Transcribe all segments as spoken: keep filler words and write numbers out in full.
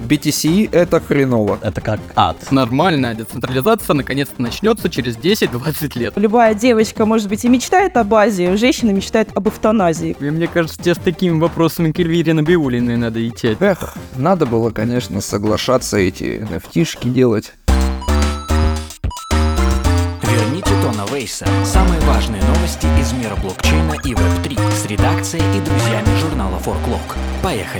би ти си — это хреново. Это как ад. Нормальная децентрализация наконец-то начнется через десять-двадцать лет. Любая девочка, может быть, и мечтает об Азии, женщина мечтает об эвтаназии. И мне кажется, тебе с такими вопросами к Эльвире Набиуллиной надо идти. Эх, надо было, конечно, соглашаться эти эн эф ти-шки делать. Верните Тона Вейса. Самые важные новости из мира блокчейна и веб три с редакцией и друзьями журнала форклог. Поехали!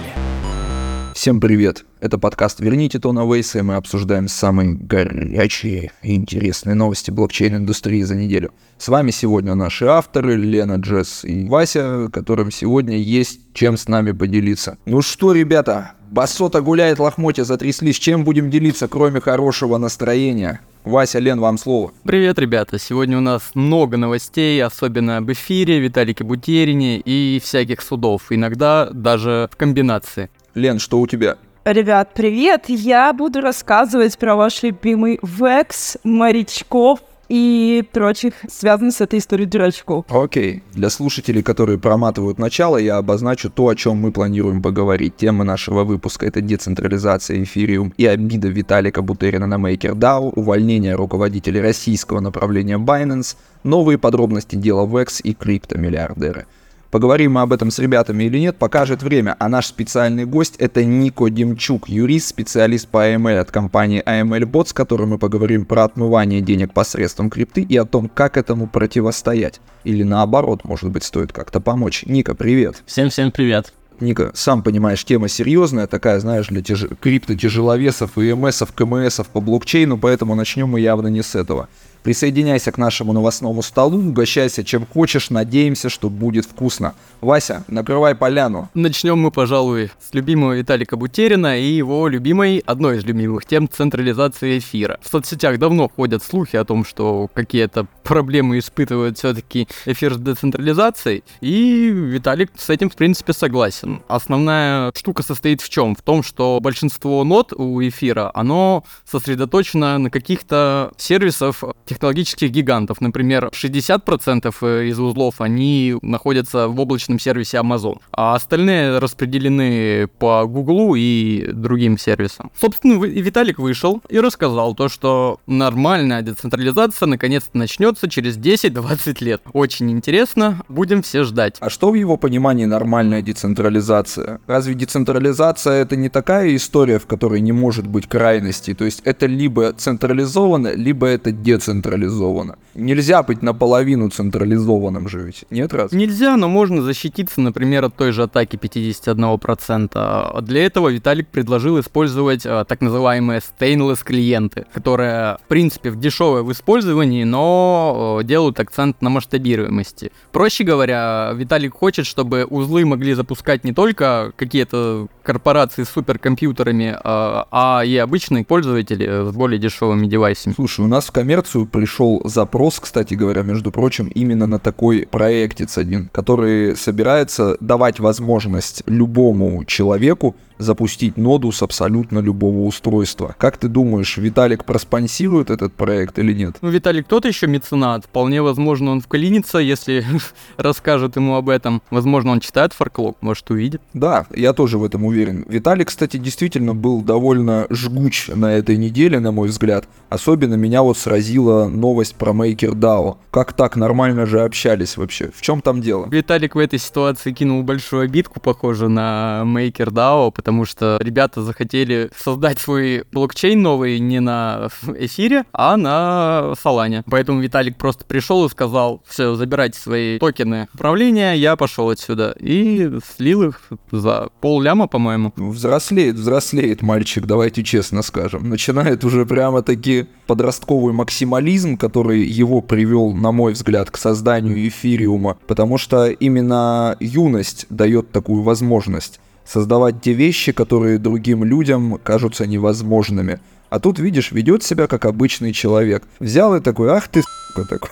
Всем привет! Это подкаст «Верните Тона Вейса», и мы обсуждаем самые горячие и интересные новости блокчейн-индустрии за неделю. С вами сегодня наши авторы Лена, Джесс и Вася, которым сегодня есть чем с нами поделиться. Ну что, ребята, басота гуляет, лохмотья затряслись, чем будем делиться, кроме хорошего настроения? Вася, Лен, вам слово. Привет, ребята. Сегодня у нас много новостей, особенно об эфире, Виталике Бутерине и всяких судов. Иногда даже в комбинации. Лен, что у тебя? Ребят, привет! Я буду рассказывать про ваш любимый векс, морячков и прочих, связанных с этой историей дурачков. Окей. Для слушателей, которые проматывают начало, я обозначу то, о чем мы планируем поговорить. Тема нашего выпуска — это децентрализация эфириум и обида Виталика Бутерина на MakerDAO, увольнение руководителя российского направления Binance, новые подробности дела векс и криптомиллиардеры. Поговорим мы об этом с ребятами или нет, покажет время, а наш специальный гость — это Нико Демчук, юрист, специалист по эй эм эл от компании эй эм эл Bot, с которым мы поговорим про отмывание денег посредством крипты и о том, как этому противостоять. Или наоборот, может быть, стоит как-то помочь. Ника, привет. Всем-всем привет. Ника, сам понимаешь, тема серьезная, такая, знаешь, для тяж... крипто-тяжеловесов, и эм эсов, ка эм эсов по блокчейну, поэтому начнем мы явно не с этого. Присоединяйся к нашему новостному столу, угощайся чем хочешь, надеемся, что будет вкусно. Вася, накрывай поляну. Начнем мы, пожалуй, с любимого Виталика Бутерина и его любимой, одной из любимых тем, централизации эфира. В соцсетях давно ходят слухи о том, что какие-то проблемы испытывает все-таки эфир с децентрализацией, и Виталик с этим, в принципе, согласен. Основная штука состоит в чем? В том, что большинство нод у эфира, оно сосредоточено на каких-то сервисах технологических гигантов. Например, шестьдесят процентов из узлов, они находятся в облачном сервисе Amazon, а остальные распределены по Гуглу и другим сервисам. Собственно, Виталик вышел и рассказал то, что нормальная децентрализация наконец-то начнется через десять-двадцать лет. Очень интересно, будем все ждать. А что в его понимании нормальная децентрализация? Разве децентрализация — это не такая история, в которой не может быть крайностей? То есть это либо централизовано, либо это децентрализовано. Централизовано. Нельзя быть наполовину централизованным же ведь, нет раз? Нельзя, но можно защититься, например, от той же атаки пятьдесят один процент. Для этого Виталик предложил использовать а, так называемые stainless клиенты, которые, в принципе, дешевые в использовании, но а, делают акцент на масштабируемости. Проще говоря, Виталик хочет, чтобы узлы могли запускать не только какие-то корпорации с суперкомпьютерами, а, а и обычные пользователи с более дешевыми девайсами. Слушай, у нас в коммерцию пришел запрос, кстати говоря, между прочим, именно на такой проектец один, который собирается давать возможность любому человеку запустить ноду с абсолютно любого устройства. Как ты думаешь, Виталик проспонсирует этот проект или нет? Ну, Виталик тот еще меценат. Вполне возможно, он вклинится, если расскажет ему об этом. Возможно, он читает форклог, может, увидит. Да, я тоже в этом уверен. Виталик, кстати, действительно был довольно жгуч на этой неделе, на мой взгляд. Особенно меня вот сразила новость про MakerDAO. Как так, нормально же общались вообще? В чем там дело? Виталик в этой ситуации кинул большую обидку, похоже на MakerDAO, потому что ребята захотели создать свой блокчейн новый не на эфире, а на Solana. Поэтому Виталик просто пришел и сказал: все, забирайте свои токены управления, я пошел отсюда. И слил их за полляма, по-моему. Взрослеет, взрослеет мальчик, давайте честно скажем. Начинает уже прямо-таки подростковый максимализм, который его привел, на мой взгляд, к созданию эфириума, потому что именно юность дает такую возможность создавать те вещи, которые другим людям кажутся невозможными. А тут, видишь, ведет себя как обычный человек. Взял и такой: ах ты, сука, такой.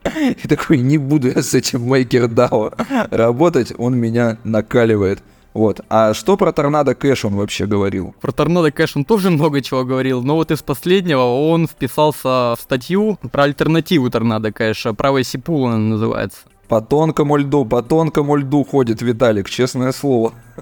И такой: не буду я с этим MakerDAO работать, он меня накаливает. Вот. А что про Торнадо Кэш он вообще говорил? Про Торнадо Кэш он тоже много чего говорил, но вот из последнего он вписался в статью про альтернативу Торнадо Кэша, правая сипула называется. По тонкому льду, по тонкому льду ходит Виталик, честное слово.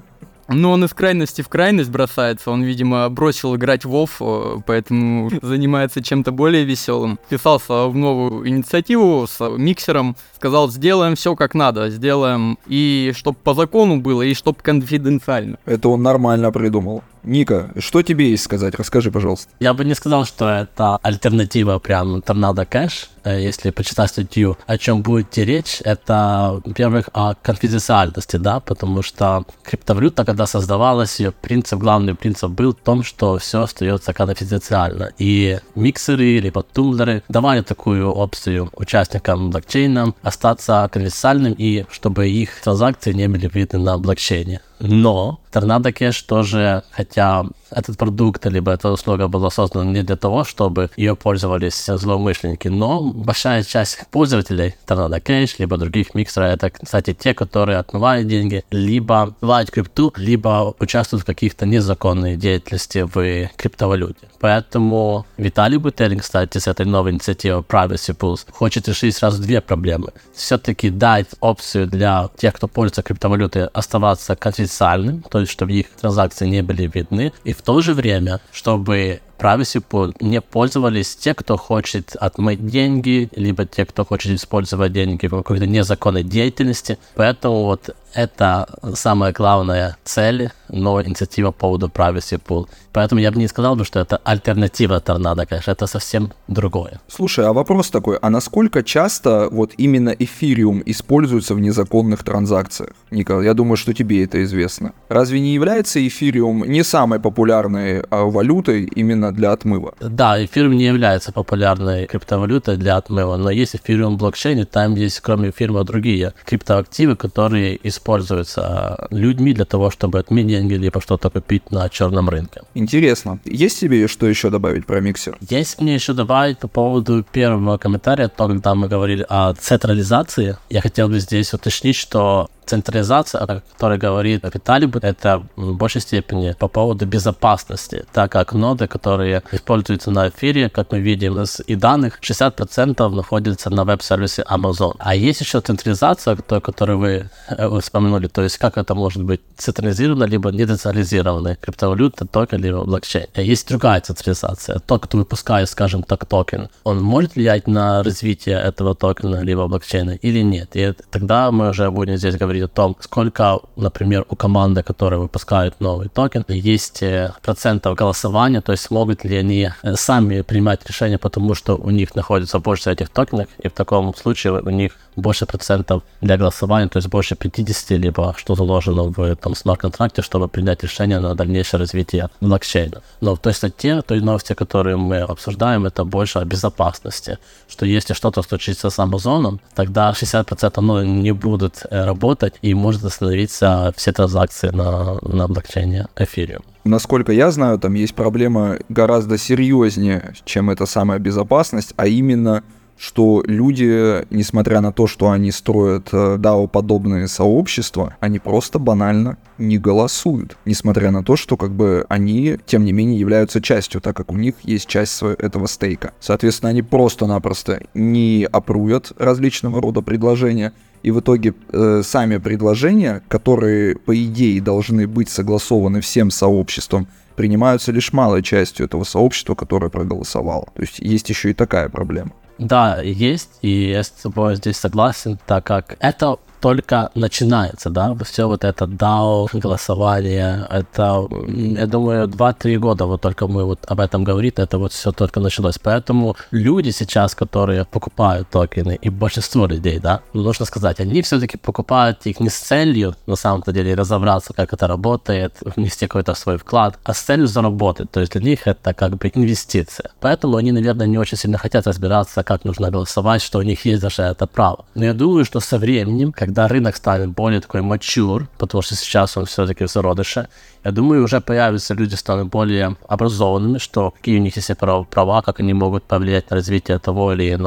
Но он из крайности в крайность бросается. Он, видимо, бросил играть в WoW, поэтому занимается чем-то более веселым. Вписался в новую инициативу с миксером. Сказал, сделаем все как надо. Сделаем и чтоб по закону было, и чтоб конфиденциально. Это он нормально придумал. Ника, что тебе есть сказать? Расскажи, пожалуйста. Я бы не сказал, что это альтернатива прям Торнадо Кэш. Если почитать статью, о чем будет идти речь, это, во-первых, о конфиденциальности, да, потому что криптовалюта, когда создавалась, ее принцип, главный принцип был в том, что все остается конфиденциально. И миксеры, либо тумблеры давали такую опцию участникам блокчейна остаться конфиденциальным и чтобы их транзакции не были видны на блокчейне. Но Торнадо Кэш тоже, хотя этот продукт, либо эта услуга была создана не для того, чтобы ее пользовались злоумышленники, но большая часть пользователей Торнадо Кэш, либо других миксеров, это, кстати, те, которые отмывают деньги, либо отмывают крипту, либо участвуют в каких-то незаконной деятельности в криптовалюте. Поэтому Виталий Бутерин, кстати, с этой новой инициативой Privacy Pools хочет решить сразу две проблемы. Все-таки дать опцию для тех, кто пользуется криптовалютой, оставаться конфиденциальным, то есть чтобы их транзакции не были видны, и в то же время, чтобы Privacy Pool не пользовались те, кто хочет отмыть деньги, либо те, кто хочет использовать деньги в какой-то незаконной деятельности. Поэтому вот это самая главная цель новой инициативы по поводу Privacy Pool. Поэтому я бы не сказал, бы, что это альтернатива Торнадо, конечно, это совсем другое. Слушай, а вопрос такой, а насколько часто вот именно эфириум используется в незаконных транзакциях? Ника, я думаю, что тебе это известно. Разве не является эфириум не самой популярной а, валютой именно для отмыва? Да, эфириум не является популярной криптовалютой для отмыва, но есть эфириум блокчейн, и там есть, кроме эфириума, другие криптоактивы, которые используются людьми для того, чтобы отмыть деньги, либо что-то купить на черном рынке. Интересно. Есть тебе что еще добавить про миксер? Есть мне еще добавить по поводу первого комментария, то, когда мы говорили о централизации. Я хотел бы здесь уточнить, что централизация, о которой говорит Виталий, это в большей степени по поводу безопасности, так как ноды, которые используются на эфире, как мы видим из и данных, шестьдесят процентов находятся на веб-сервисе Amazon. А есть еще централизация, той, которую вы, вы вспомянули, то есть как это может быть централизировано, либо недецентрализированная криптовалюта, токен, либо блокчейн. Есть другая централизация. Тот, кто выпускает, скажем так, токен, он может влиять на развитие этого токена, либо блокчейна или нет? И тогда мы уже будем здесь говорить о том, сколько, например, у команды, которая выпускает новый токен, есть процентов голосования, то есть могут ли они сами принимать решения, потому что у них находится больше этих токенов, и в таком случае у них больше процентов для голосования, то есть больше пятьдесят, либо что заложено в там смарт-контракте, чтобы принять решение на дальнейшее развитие блокчейна. Но в той статье, той новости, которые мы обсуждаем, это больше о безопасности, что если что-то случится с Амазоном, тогда шестьдесят процентов ну, не будут работать, и может остановиться все транзакции на, на блокчейне Ethereum. Насколько я знаю, там есть проблема гораздо серьезнее, чем эта самая безопасность, а именно, что люди, несмотря на то, что они строят дао-подобные сообщества, они просто банально не голосуют, несмотря на то, что как бы они, тем не менее, являются частью, так как у них есть часть этого стейка. Соответственно, они просто-напросто не аппрувят различного рода предложения, и в итоге э, сами предложения, которые, по идее, должны быть согласованы всем сообществом, принимаются лишь малой частью этого сообщества, которое проголосовало. То есть есть еще и такая проблема. Да, есть, и я с тобой здесь согласен, так как это только начинается, да, все вот это дао, голосование, это, я думаю, два-три года вот только мы вот об этом говорим, это вот все только началось, поэтому люди сейчас, которые покупают токены, и большинство людей, да, нужно сказать, они все-таки покупают их не с целью, на самом-то деле, разобраться, как это работает, внести какой-то свой вклад, а с целью заработать, то есть для них это как бы инвестиция, поэтому они, наверное, не очень сильно хотят разбираться, как нужно голосовать, что у них есть даже это право, но я думаю, что со временем, когда рынок станет более такой mature, потому что сейчас он все-таки в зародыше, я думаю, уже появятся люди, станут более образованными, что какие у них есть права, как они могут повлиять на развитие того или иного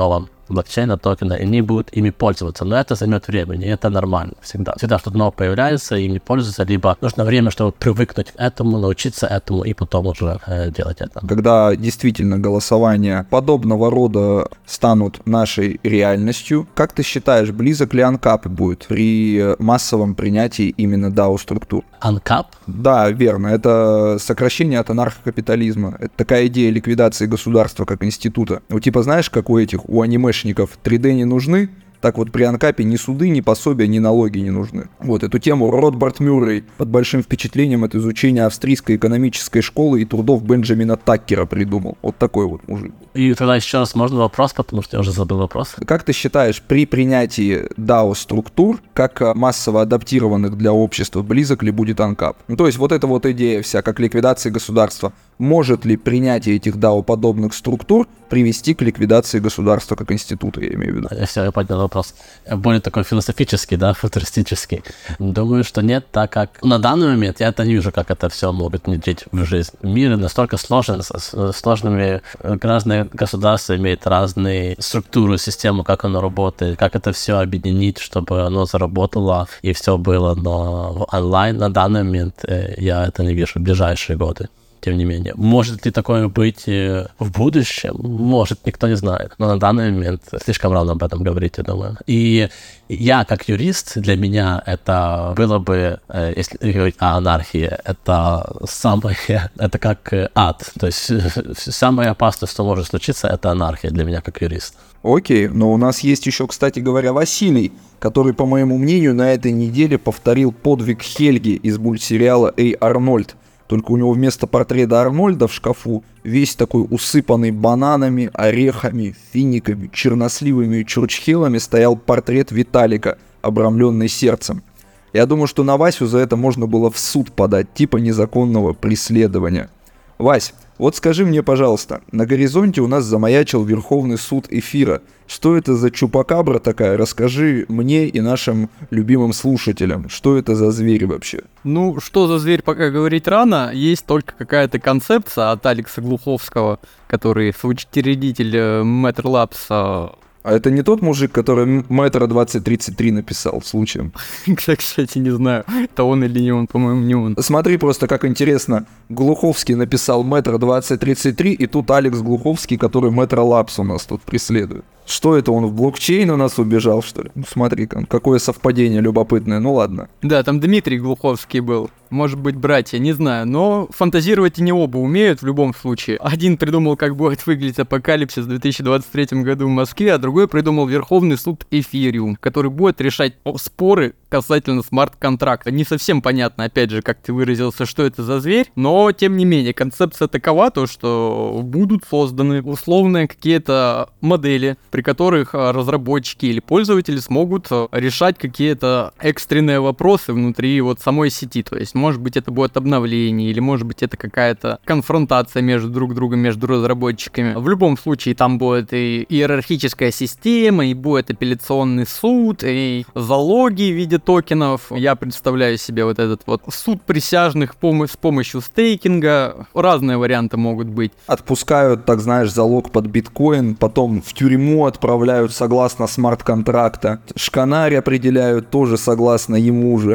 блокчейна, токена, и они будут ими пользоваться. Но это займет время, и это нормально всегда. Всегда что-то новое появляется, и ими пользуются, либо нужно время, чтобы привыкнуть к этому, научиться этому, и потом уже э, делать это. Когда действительно голосования подобного рода станут нашей реальностью, как ты считаешь, близок ли анкап будет при массовом принятии именно дао-структур? Анкап? Да, верно. Это сокращение от анархокапитализма. Это такая идея ликвидации государства как института. Ну, типа, знаешь, как у этих, у анимешников три дэ не нужны, так вот при анкапе ни суды, ни пособия, ни налоги не нужны. Вот эту тему Ротбард Мюррей под большим впечатлением от изучения австрийской экономической школы и трудов Бенджамина Таккера придумал. Вот такой вот мужик. И тогда еще раз можно вопрос, потому что я уже забыл вопрос. Как ты считаешь, при принятии дао-структур, как массово адаптированных для общества, близок ли будет анкап? Ну, то есть вот эта вот идея вся, как ликвидации государства, может ли принятие этих дао-подобных структур привести к ликвидации государства как института, я имею в виду? Я все, я понял вопрос. Более такой философический, да, футуристический. Думаю, что нет, так как на данный момент я это не вижу, как это все могут внедрить в жизнь. Мир настолько сложен, с сложными, разные государства имеют разные структуры, систему, как оно работает, как это все объединить, чтобы оно заработало и все было на, онлайн. На данный момент я это не вижу в ближайшие годы. Тем не менее, может ли такое быть в будущем? Может, никто не знает. Но на данный момент слишком рано об этом говорить, я думаю. И я, как юрист, для меня это было бы, если говорить о анархии, это самое, это как ад. То есть самое опасное, что может случиться, это анархия для меня, как юрист. Окей, но у нас есть еще, кстати говоря, Василий, который, по моему мнению, на этой неделе повторил подвиг Хельги из мультсериала «Эй, Арнольд». Только у него вместо портрета Арнольда в шкафу весь такой усыпанный бананами, орехами, финиками, черносливами и чурчхелами стоял портрет Виталика, обрамленный сердцем. Я думаю, что на Васю за это можно было в суд подать, типа незаконного преследования. Вась, вот скажи мне, пожалуйста, на горизонте у нас замаячил Верховный суд эфира. Что это за чупакабра такая? Расскажи мне и нашим любимым слушателям, что это за зверь вообще? Ну, что за зверь, пока говорить рано. Есть только какая-то концепция от Алекса Глуховского, который соучредитель Matter Labs. А это не тот мужик, который Метро двадцать тридцать три написал, случаем? Кстати, не знаю, это он или не он, по-моему, не он. Смотри просто, как интересно. Глуховский написал Метро двадцать тридцать три, и тут Алекс Глуховский, который Metro Labs у нас тут преследует. Что это, он в блокчейн у нас убежал, что ли? Ну смотри, какое совпадение любопытное, ну ладно. Да, там Дмитрий Глуховский был. Может быть, братья, не знаю, но фантазировать и не оба умеют в любом случае. Один придумал, как будет выглядеть апокалипсис в две тысячи двадцать третьем году в Москве, а другой придумал Верховный суд Эфириум, который будет решать споры касательно смарт-контракта. Не совсем понятно, опять же, как ты выразился, что это за зверь, но, тем не менее, концепция такова, то, что будут созданы условные какие-то модели, при которых разработчики или пользователи смогут решать какие-то экстренные вопросы внутри вот самой сети, то есть может быть, это будет обновление, или может быть, это какая-то конфронтация между друг другом, между разработчиками. В любом случае, там будет и иерархическая система, и будет апелляционный суд, и залоги в виде токенов. Я представляю себе вот этот вот суд присяжных пом- с помощью стейкинга. Разные варианты могут быть. Отпускают, так знаешь, залог под биткоин, потом в тюрьму отправляют согласно смарт-контракта. Шканарь определяют тоже согласно ему же.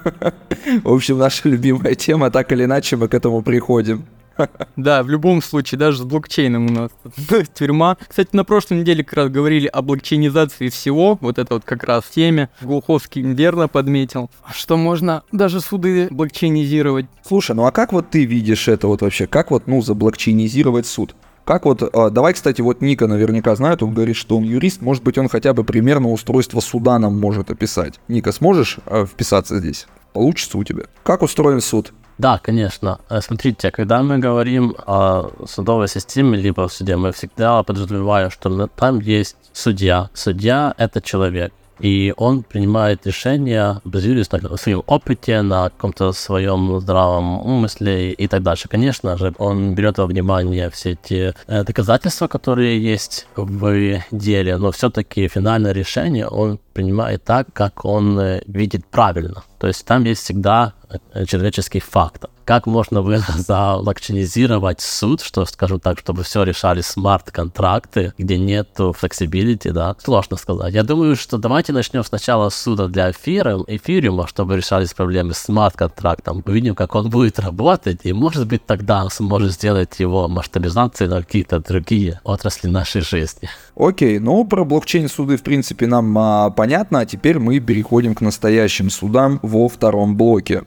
В общем, наша любимая тема, так или иначе мы к этому приходим. Да, в любом случае, даже с блокчейном у нас тюрьма. Кстати, на прошлой неделе как раз говорили о блокчейнизации всего, вот это вот как раз в теме. Глуховский верно подметил, что можно даже суды блокчейнизировать. Слушай, ну а как вот ты видишь это вот вообще? Как вот, ну, заблокчейнизировать суд? Как вот, а, давай, кстати, вот Ника наверняка знает, он говорит, что он юрист, может быть, он хотя бы примерно устройство суда нам может описать. Ника, сможешь а, вписаться здесь? Получится у тебя? Как устроен суд? Да, конечно. Смотрите, когда мы говорим о судовой системе, либо в суде, мы всегда подразумеваем, что там есть судья. Судья — это человек. И он принимает решения, базируясь на своем опыте, на каком-то своем здравом умысле и так дальше. Конечно же, он берет во внимание все те э, доказательства, которые есть в деле, но все-таки финальное решение он принимает так, как он э, видит правильно. То есть там есть всегда человеческий фактор. как можно было залокчинизировать суд, что, скажу так, чтобы все решали смарт-контракты, где нету flexibility, да, сложно сказать. Я думаю, что давайте начнем сначала с суда для эфира, эфириума, чтобы решались проблемы с смарт-контрактом. Увидим, как он будет работать, и, может быть, тогда он сможет сделать его масштабизацией на какие-то другие отрасли нашей жизни. Окей, ну про блокчейн-суды, в принципе, нам а, понятно, а теперь мы переходим к настоящим судам во втором блоке.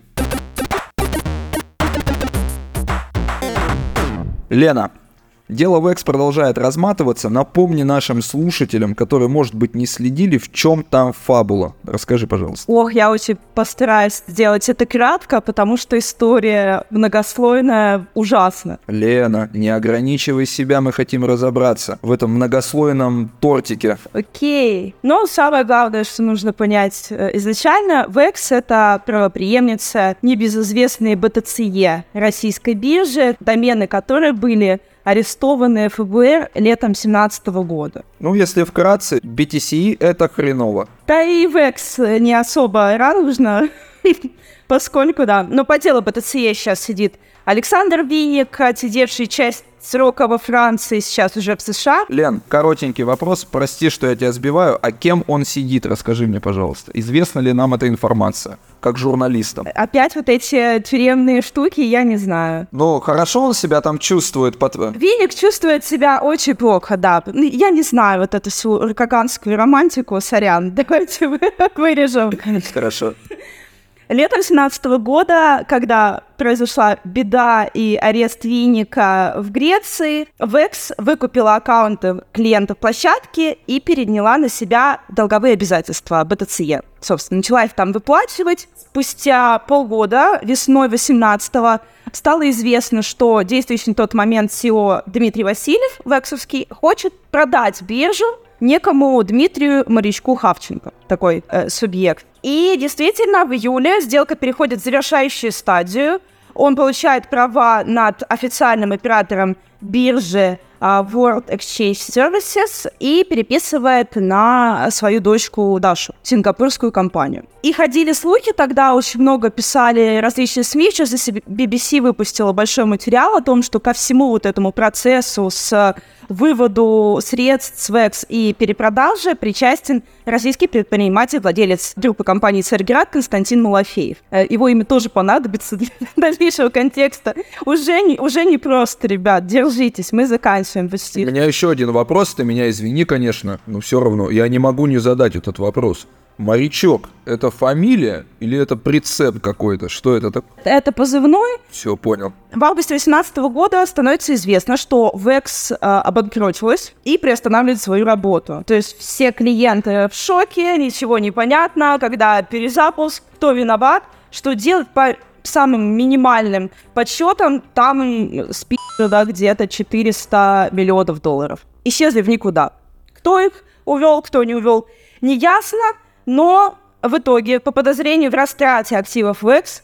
Лена, дело вэ экс продолжает разматываться. Напомни нашим слушателям, которые, может быть, не следили, в чем там фабула. Расскажи, пожалуйста. Ох, я очень постараюсь сделать это кратко, потому что история многослойная, ужасна. Лена, не ограничивай себя, мы хотим разобраться в этом многослойном тортике. Окей. Но самое главное, что нужно понять изначально, вэ экс — это правопреемница небезызвестной бэ тэ цэ е, российской биржи, домены которой были арестованные эф бэ эр летом семнадцатого года. Ну, если вкратце, би ти си это хреново. Да и вэ экс не особо радужно, поскольку, да. Но по делу бэ тэ цэ е сейчас сидит Александр Винник, отсидевший часть срока во Франции, сейчас уже в США. Лен, коротенький вопрос, прости, что я тебя сбиваю, а кем он сидит, расскажи мне, пожалуйста. Известна ли нам эта информация, как журналистам? Опять вот эти тюремные штуки, я не знаю. Ну, хорошо он себя там чувствует, по твоему? Винник чувствует себя очень плохо, да. Я не знаю вот эту всю рокоганскую романтику, сорян, давайте вырежем. Хорошо. Летом семнадцатого года, когда произошла беда и арест Винника в Греции, вэ экс выкупила аккаунты клиентов площадки и переняла на себя долговые обязательства бэ тэ цэ е. Собственно, начала их там выплачивать. Спустя полгода, весной восемнадцатого, стало известно, что действующий на тот момент си и о Дмитрий Васильев, вексовский, хочет продать биржу некому Дмитрию Морячку Хавченко, такой э, субъект. И действительно, в июле сделка переходит в завершающую стадию. Он получает права над официальным оператором биржи uh, World Exchange Services и переписывает на свою дочку Дашу, сингапурскую компанию. И ходили слухи, тогда очень много писали различные СМИ, в частности, би би си выпустила большой материал о том, что ко всему вот этому процессу с выводу средств с вэ экс и перепродаже причастен российский предприниматель, владелец группы компании «Царьград» Константин Малафеев. Его имя тоже понадобится для дальнейшего контекста. Уже не, уже не просто, ребят, держитесь, мы заканчиваем почти. У меня еще один вопрос, ты меня извини, конечно, но все равно я не могу не задать этот вопрос. Морячок – это фамилия или это прицеп какой-то? Что это такое? Это позывной. Все, понял. В августе две тысячи восемнадцатого года становится известно, что вэ экс э, обанкротилась и приостанавливает свою работу. То есть все клиенты в шоке, ничего не понятно, когда перезапуск, кто виноват, что делать по самым минимальным подсчетам, там спи***ли, да, где-то четыреста миллионов долларов. Исчезли в никуда. Кто их увел, кто не увел, неясно. Но в итоге, по подозрению в растрате активов вэ экс,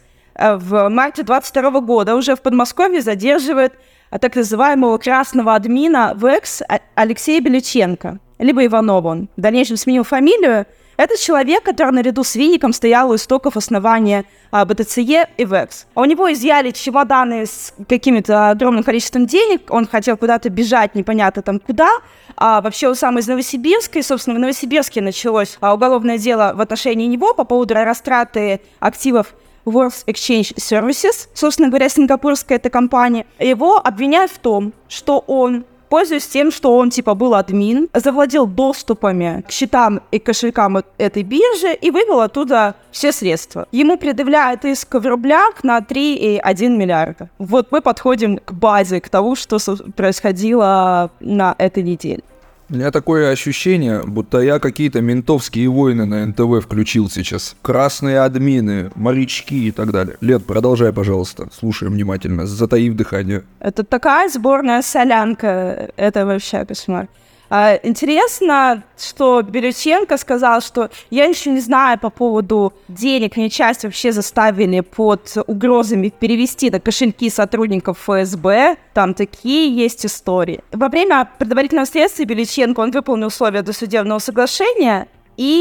в марте двадцать второго года уже в Подмосковье задерживает так называемого красного админа вэ экс Алексея Беличенко, либо Иванова он. В дальнейшем сменил фамилию. Это человек, который наряду с Винником стоял у истоков основания а, бэ тэ цэ е и вэ экс. А у него изъяли чемоданы с каким-то огромным количеством денег, он хотел куда-то бежать, непонятно там куда. А вообще он сам из Новосибирска, и, собственно, в Новосибирске началось а, уголовное дело в отношении него по поводу растраты активов World Exchange Services, собственно говоря, сингапурская эта компания. Его обвиняют в том, что он, пользуясь тем, что он типа был админ, завладел доступами к счетам и кошелькам этой биржи и вывел оттуда все средства. Ему предъявляют иск в рублях на три и один миллиарда. Вот мы подходим к базе, к тому, что происходило на этой неделе. У меня такое ощущение, будто я какие-то ментовские войны на эн тэ вэ включил сейчас. Красные админы, морячки и так далее. Лен, продолжай, пожалуйста. Слушаем внимательно, затаив дыхание. Это такая сборная солянка. Это вообще кошмар. А, интересно, что Беличенко сказал, что я еще не знаю по поводу денег, мне часть вообще заставили под угрозами перевести на кошельки сотрудников эф эс бэ, там такие есть истории. Во время предварительного следствия Беличенко, он выполнил условия досудебного соглашения и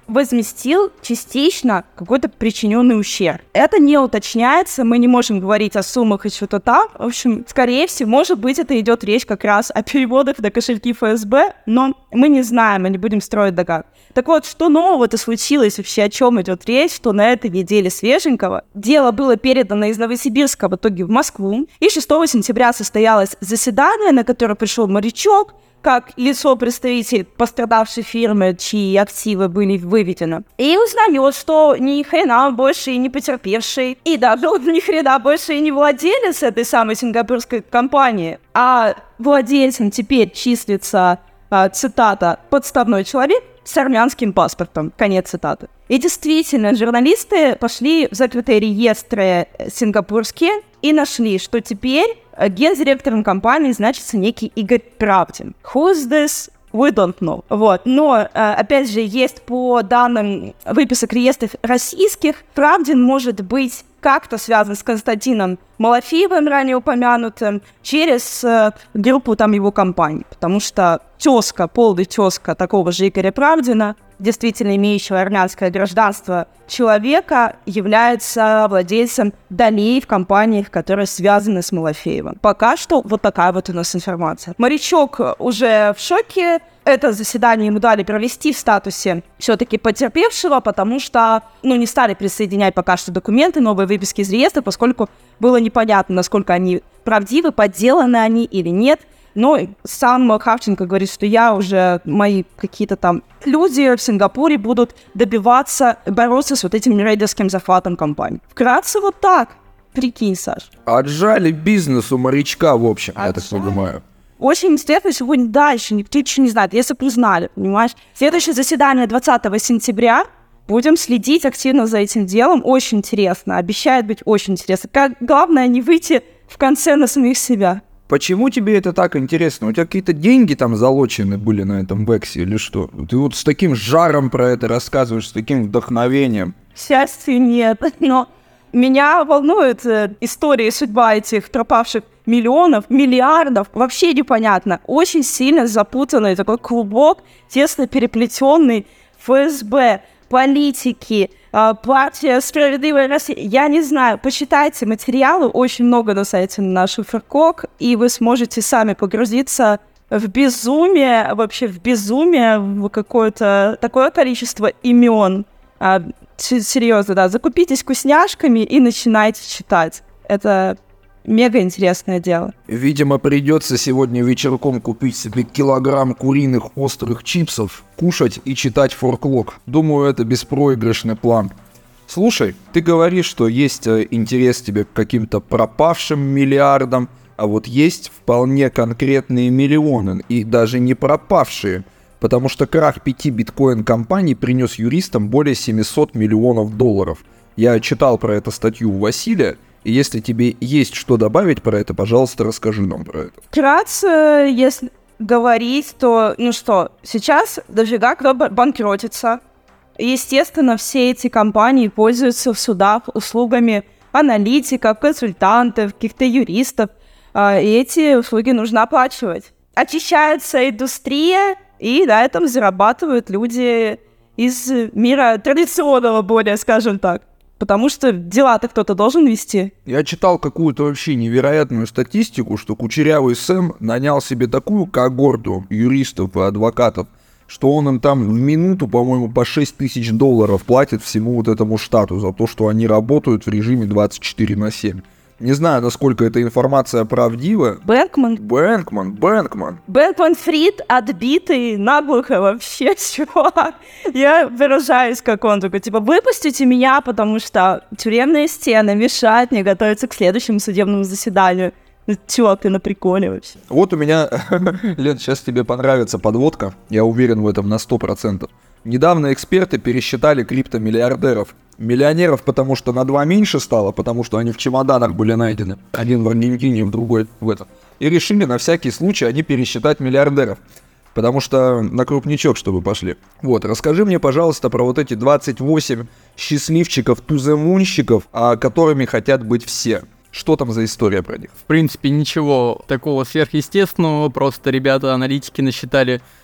возместил частично какой-то причиненный ущерб. Это не уточняется, мы не можем говорить о суммах и что-то там. В общем, скорее всего, может быть, это идет речь как раз о переводах на кошельки эф эс бэ, но мы не знаем, мы не будем строить догадок. Так вот, что нового-то случилось вообще, о чем идет речь, что на этой неделе свеженького? Дело было передано из Новосибирска в итоге в Москву, и шестого сентября состоялось заседание, на которое пришел морячок, как лицо-представитель пострадавшей фирмы, чьи активы были выведены. И узнает, что ни хрена больше и не потерпевший, и даже ни хрена больше и не владелец этой самой сингапурской компании, а владельцем теперь числится, а, цитата, «подставной человек с армянским паспортом». Конец цитаты. И действительно, журналисты пошли в закрытые реестры сингапурские и нашли, что теперь гендиректором компании значится некий Игорь Правдин. Who is this? We don't know. Вот. Но, опять же, есть по данным выписок реестров российских, Правдин может быть как-то связан с Константином Малафеевым, ранее упомянутым, через группу там его компаний. Потому что тезка, полный тезка такого же Игоря Правдина, действительно имеющего армянское гражданство человека, является владельцем долей в компаниях, которые связаны с Малафеевым. Пока что вот такая вот у нас информация. Морячок уже в шоке. Это заседание ему дали провести в статусе все-таки потерпевшего, потому что, ну, не стали присоединять пока что документы, новые выписки из реестра, поскольку было непонятно, насколько они правдивы, подделаны они или нет. Но сам Хавченко говорит, что я уже, мои какие-то там люди в Сингапуре будут добиваться, бороться с вот этим рейдерским захватом компании. Вкратце вот так. Прикинь, Саш. Отжали бизнес у морячка, в общем, Отжали. Я так понимаю. Очень интересно, что будет дальше, никто ничего не знает, если бы узнали, понимаешь? Следующее заседание двадцатого сентября. Будем следить активно за этим делом. Очень интересно. Обещает быть очень интересно. Как главное не выйти в конце на самих себя. Почему тебе это так интересно? У тебя какие-то деньги там залочены были на этом вексе или что? Ты вот с таким жаром про это рассказываешь, с таким вдохновением. К счастью, нет. Но меня волнует э, история и судьба этих пропавших миллионов, миллиардов. Вообще непонятно. Очень сильно запутанный такой клубок, тесно переплетенный. эф эс бэ, политики, э, партия «Справедливая Россия». Я не знаю. Почитайте материалы. Очень много на сайте наш Феркок. И вы сможете сами погрузиться в безумие, вообще в безумие, в какое-то такое количество имен. Э, серьезно, да. Закупитесь вкусняшками и начинайте читать. Это мега интересное дело. Видимо, придется сегодня вечерком купить себе килограмм куриных острых чипсов, кушать и читать форклог. Думаю, это беспроигрышный план. Слушай, ты говоришь, что есть интерес тебе к каким-то пропавшим миллиардам, а вот есть вполне конкретные миллионы, и даже не пропавшие, потому что крах пяти биткоин-компаний принес юристам более семьсот миллионов долларов. Я читал про эту статью у Василия, и если тебе есть что добавить про это, пожалуйста, расскажи нам про это. Вкратце, если говорить, то, ну что, сейчас дофига кто банкротится. Естественно, все эти компании пользуются в судах услугами аналитиков, консультантов, каких-то юристов. И эти услуги нужно оплачивать. Очищается индустрия, и на этом зарабатывают люди из мира традиционного более, скажем так. Потому что дела-то кто-то должен вести. Я читал какую-то вообще невероятную статистику, что Кучерявый Сэм нанял себе такую когорту юристов и адвокатов, что он им там в минуту, по-моему, по шесть тысяч долларов платит всему вот этому штату за то, что они работают в режиме двадцать четыре на семь. Не знаю, насколько эта информация правдива. Бэнкман. Бэнкман, Бэнкман. Бэнкман Фрид отбитый наглухо вообще, чувак. Я выражаюсь, как он такой, типа, выпустите меня, потому что тюремные стены мешают мне готовиться к следующему судебному заседанию. Ну, чувак, ты на приколе вообще. Вот у меня, Лен, сейчас тебе понравится подводка, я уверен в этом на сто процентов. Недавно эксперты пересчитали криптомиллиардеров. Миллионеров, потому что на два меньше стало, потому что они в чемоданах были найдены. Один в Аргентине, другой в этом. И решили на всякий случай они пересчитать миллиардеров. Потому что на крупничок, чтобы пошли. Вот, расскажи мне, пожалуйста, про вот эти двадцать восемь счастливчиков, туземунщиков, которыми хотят быть все. Что там за история про них? В принципе, ничего такого сверхъестественного. Просто ребята-аналитики насчитали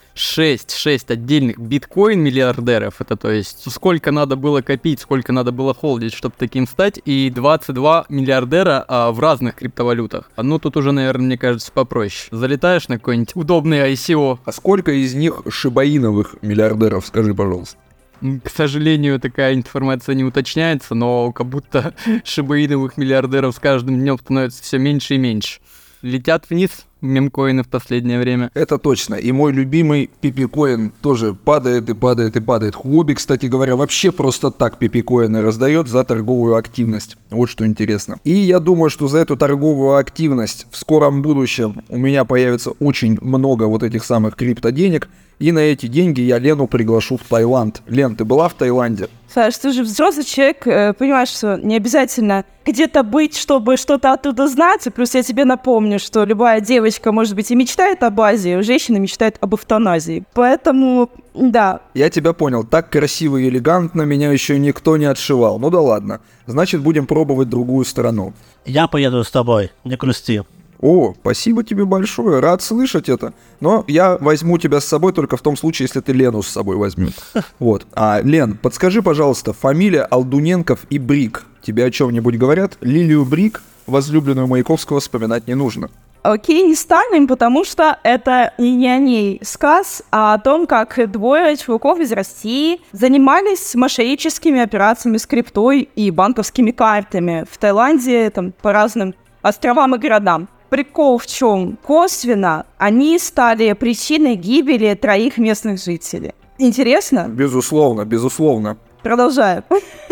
шесть, шесть отдельных биткоин-миллиардеров, это то есть сколько надо было копить, сколько надо было холдить, чтобы таким стать, и двадцать два миллиардера а, в разных криптовалютах. Ну, тут уже, наверное, мне кажется, попроще. Залетаешь на какой-нибудь удобный ай си о. А сколько из них шибаиновых миллиардеров, скажи, пожалуйста? К сожалению, такая информация не уточняется, но как будто шибаиновых миллиардеров с каждым днем становится все меньше и меньше. Летят вниз мемкоины в последнее время. Это точно. И мой любимый пипикоин тоже падает и падает и падает. Хуоби, кстати говоря, вообще просто так пипикоины раздает за торговую активность. Вот что интересно. И я думаю, что за эту торговую активность в скором будущем у меня появится очень много вот этих самых криптоденег. И на эти деньги я Лену приглашу в Таиланд. Лен, ты была в Таиланде? Саш, ты же взрослый человек, э, понимаешь, что не обязательно где-то быть, чтобы что-то оттуда знать. И плюс я тебе напомню, что любая девочка, может быть, и мечтает об Азии, женщина мечтает об эвтаназии. Поэтому, да. Я тебя понял. Так красиво и элегантно меня еще никто не отшивал. Ну да ладно. Значит, будем пробовать другую сторону. Я поеду с тобой, не грусти. О, спасибо тебе большое, рад слышать это. Но я возьму тебя с собой только в том случае, если ты Лену с собой возьмешь. Вот. А, Лен, подскажи, пожалуйста, фамилия Алдуненков и Брик тебе о чем-нибудь говорят? Лилию Брик, возлюбленную Маяковского, вспоминать не нужно. Окей, не станем, потому что это не о ней сказ, а о том, как двое чуваков из России занимались мошенническими операциями с криптой и банковскими картами в Таиланде, там, по разным островам и городам. Прикол в чем? Косвенно они стали причиной гибели троих местных жителей. Интересно? Безусловно, безусловно. Продолжаю.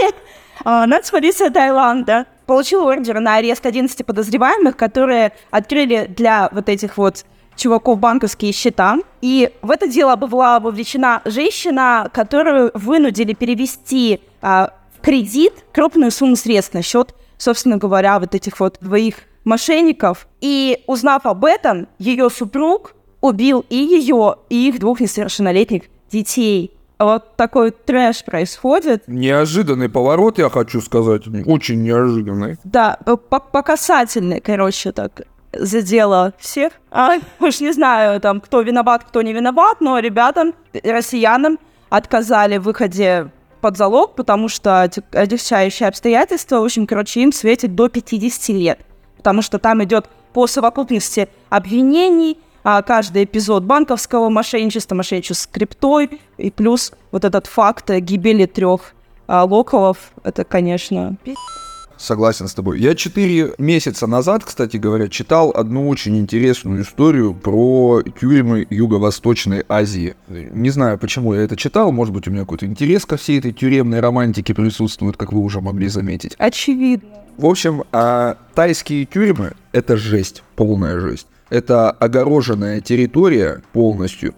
Нацполиция Таиланда получила ордер на арест одиннадцати подозреваемых, которые открыли для вот этих вот чуваков банковские счета. И в это дело была вовлечена женщина, которую вынудили перевести а, в кредит крупную сумму средств на счет, собственно говоря, вот этих вот двоих мошенников. И, узнав об этом, ее супруг убил и ее, и их двух несовершеннолетних детей. Вот такой трэш происходит. Неожиданный поворот, я хочу сказать. Очень неожиданный. Да, по-касательный, короче, так задело всех. А, уж не знаю, там, кто виноват, кто не виноват, но ребятам, россиянам, отказали в выходе под залог, потому что отягчающие обстоятельства, в общем, короче, им светит до пятидесяти лет. Потому что там идет по совокупности обвинений, а каждый эпизод банковского мошенничества, мошенничества с криптой, и плюс вот этот факт гибели трех а, локалов, это, конечно, пи***. Согласен с тобой. Я четыре месяца назад, кстати говоря, читал одну очень интересную историю про тюрьмы Юго-Восточной Азии. Не знаю, почему я это читал, может быть, у меня какой-то интерес ко всей этой тюремной романтике присутствует, как вы уже могли заметить. Очевидно. В общем, а тайские тюрьмы — это жесть, полная жесть. Это огороженная территория полностью,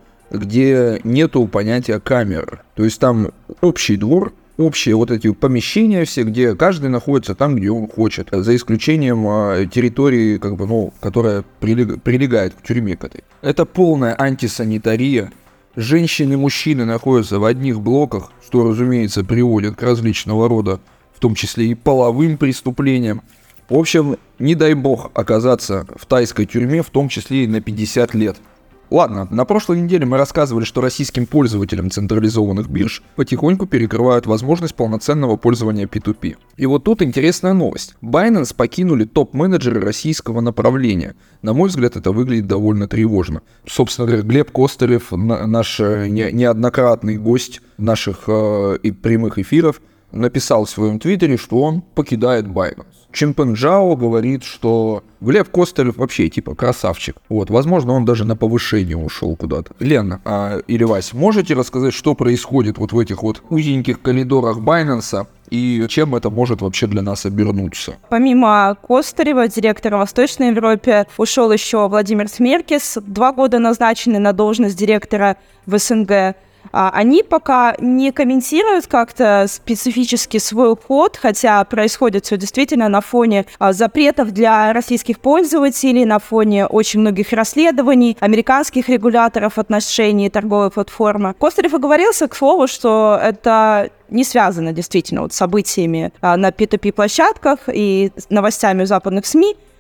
где нету понятия камер. То есть там общий двор, общие вот эти помещения все, где каждый находится там, где он хочет, за исключением а, территории, как бы, ну, которая прилег... прилегает к тюрьме к этой. Это полная антисанитария. Женщины и мужчины находятся в одних блоках, что, разумеется, приводит к различного рода, в том числе и половым преступлениям. В общем, не дай бог оказаться в тайской тюрьме, в том числе и на пятьдесят лет. Ладно, на прошлой неделе мы рассказывали, что российским пользователям централизованных бирж потихоньку перекрывают возможность полноценного пользования пи ту пи. И вот тут интересная новость. Binance покинули топ-менеджеры российского направления. На мой взгляд, это выглядит довольно тревожно. Собственно говоря, Глеб Костылев, наш не, неоднократный гость наших э, и прямых эфиров, написал в своем твиттере, что он покидает Binance. Чимпэн Джао говорит, что Глеб Костылев вообще типа красавчик. Вот, возможно, он даже на повышение ушел куда-то. Лена а, или Вась, можете рассказать, что происходит вот в этих вот узеньких коридорах Binance и чем это может вообще для нас обернуться? Помимо Костырева, директора в Восточной Европе, ушел еще Владимир Смеркис, два года назначенный на должность директора в эс эн гэ. Они пока не комментируют как-то специфически свой уход, хотя происходит все действительно на фоне запретов для российских пользователей, на фоне очень многих расследований американских регуляторов в отношении торговой платформы. Костылев оговорился, к слову, что это не связано действительно вот с событиями на пи ту пи-площадках и новостями в западных СМИ,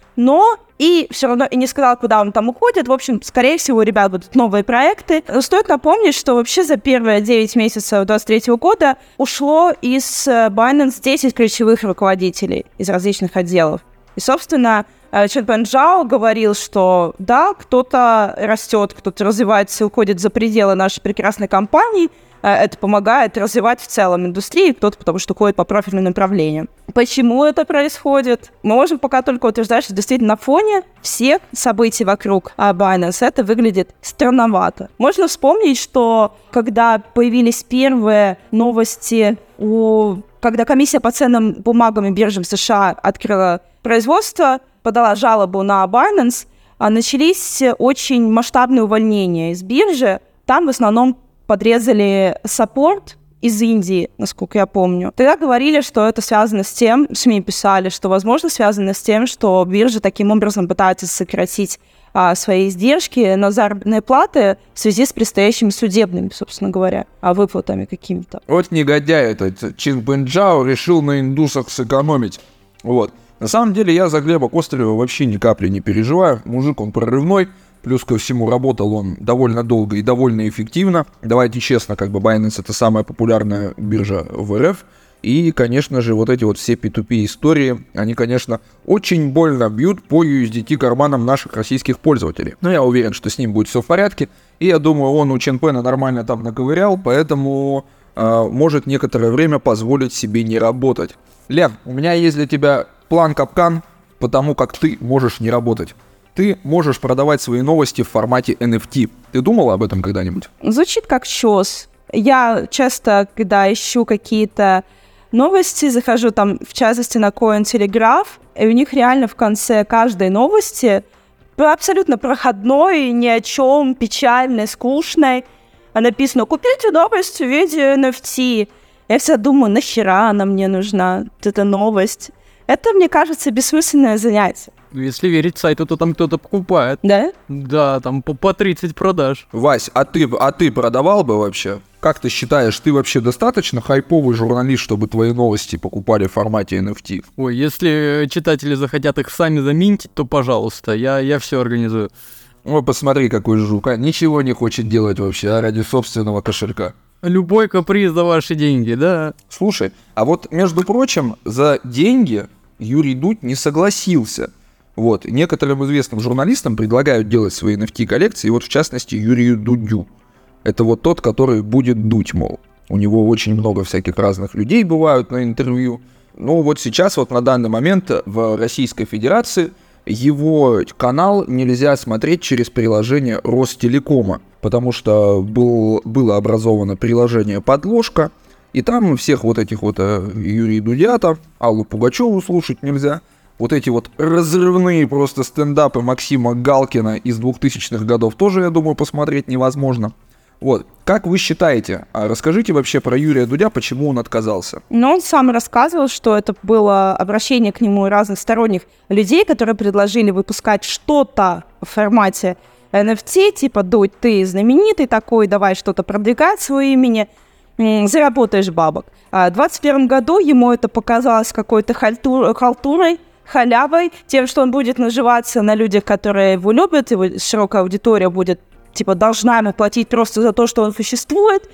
но и все равно и не сказал, куда он там уходит. В общем, скорее всего, у ребят будут новые проекты. Стоит напомнить, что вообще за первые девять месяцев две тысячи двадцать третьего года ушло из Binance десять ключевых руководителей из различных отделов. И, собственно, Чжэньпэн Чжао говорил, что да, кто-то растет, кто-то развивается и уходит за пределы нашей прекрасной компании. Это помогает развивать в целом индустрию, кто-то потому что ходит по профильным направлениям. Почему это происходит? Мы можем пока только утверждать, что действительно на фоне всех событий вокруг Binance это выглядит странновато. Можно вспомнить, что когда появились первые новости, у... когда комиссия по ценным бумагам и биржам США открыла производство, подала жалобу на Binance, начались очень масштабные увольнения из биржи. Там в основном подрезали саппорт из Индии, насколько я помню. Тогда говорили, что это связано с тем, СМИ писали, что, возможно, связано с тем, что биржа таким образом пытается сократить а, свои издержки на заработные платы в связи с предстоящими судебными, собственно говоря, а выплатами какими-то. Вот негодяй этот Чжэньпэн Чжао решил на индусах сэкономить. Вот. На самом деле я за Глеба Костырева вообще ни капли не переживаю. Мужик, он прорывной. Плюс ко всему, работал он довольно долго и довольно эффективно. Давайте честно, как бы Binance — это самая популярная биржа в эр эф. И, конечно же, вот эти вот все пи ту пи истории, они, конечно, очень больно бьют по ю эс ди ти карманам наших российских пользователей. Но я уверен, что с ним будет все в порядке. И я думаю, он у Чэньпэна нормально там наковырял, поэтому э, может некоторое время позволить себе не работать. Лен, у меня есть для тебя план-капкан, потому как ты можешь не работать. Ты можешь продавать свои новости в формате эн эф ти. Ты думала об этом когда-нибудь? Звучит как чёс. Я часто, когда ищу какие-то новости, захожу там, в частности, на Cointelegraph, и у них реально в конце каждой новости абсолютно проходной, ни о чем, печальной, скучной, написано «Купите новость в виде эн эф ти». Я всегда думаю, нахера она мне нужна, эта новость. Это, мне кажется, бессмысленное занятие. Если верить сайту, то там кто-то покупает. Да? Да, там по, по тридцать продаж. Вась, а ты, а ты продавал бы вообще? Как ты считаешь, ты вообще достаточно хайповый журналист, чтобы твои новости покупали в формате эн эф ти? Ой, если читатели захотят их сами заминтить, то пожалуйста, я, я все организую. Ой, посмотри, какой жук, а ничего не хочет делать вообще, а ради собственного кошелька. Любой каприз за ваши деньги, да. Слушай, а вот, между прочим, за деньги Юрий Дудь не согласился. Вот, некоторым известным журналистам предлагают делать свои эн эф ти-коллекции, вот в частности Юрию Дудю. Это вот тот, который будет дуть, мол. У него очень много всяких разных людей бывают на интервью. Ну вот сейчас, вот на данный момент в Российской Федерации его канал нельзя смотреть через приложение Ростелекома, потому что был, было образовано приложение «Подложка», и там всех вот этих вот э, Юрия Дудя, Аллу Пугачеву слушать нельзя. Вот эти вот разрывные просто стендапы Максима Галкина из двухтысячных годов тоже, я думаю, посмотреть невозможно. Вот, как вы считаете, а расскажите вообще про Юрия Дудя, почему он отказался? Ну, он сам рассказывал, что это было обращение к нему разных сторонних людей, которые предложили выпускать что-то в формате эн эф ти, типа, Дудь, ты знаменитый такой, давай что-то продвигать свое имени, заработаешь бабок. А в двадцать первом году ему это показалось какой-то хальтур- халтурой, халявой, тем, что он будет наживаться на людях, которые его любят, его широкая аудитория будет типа, должна ему платить просто за то, что он существует,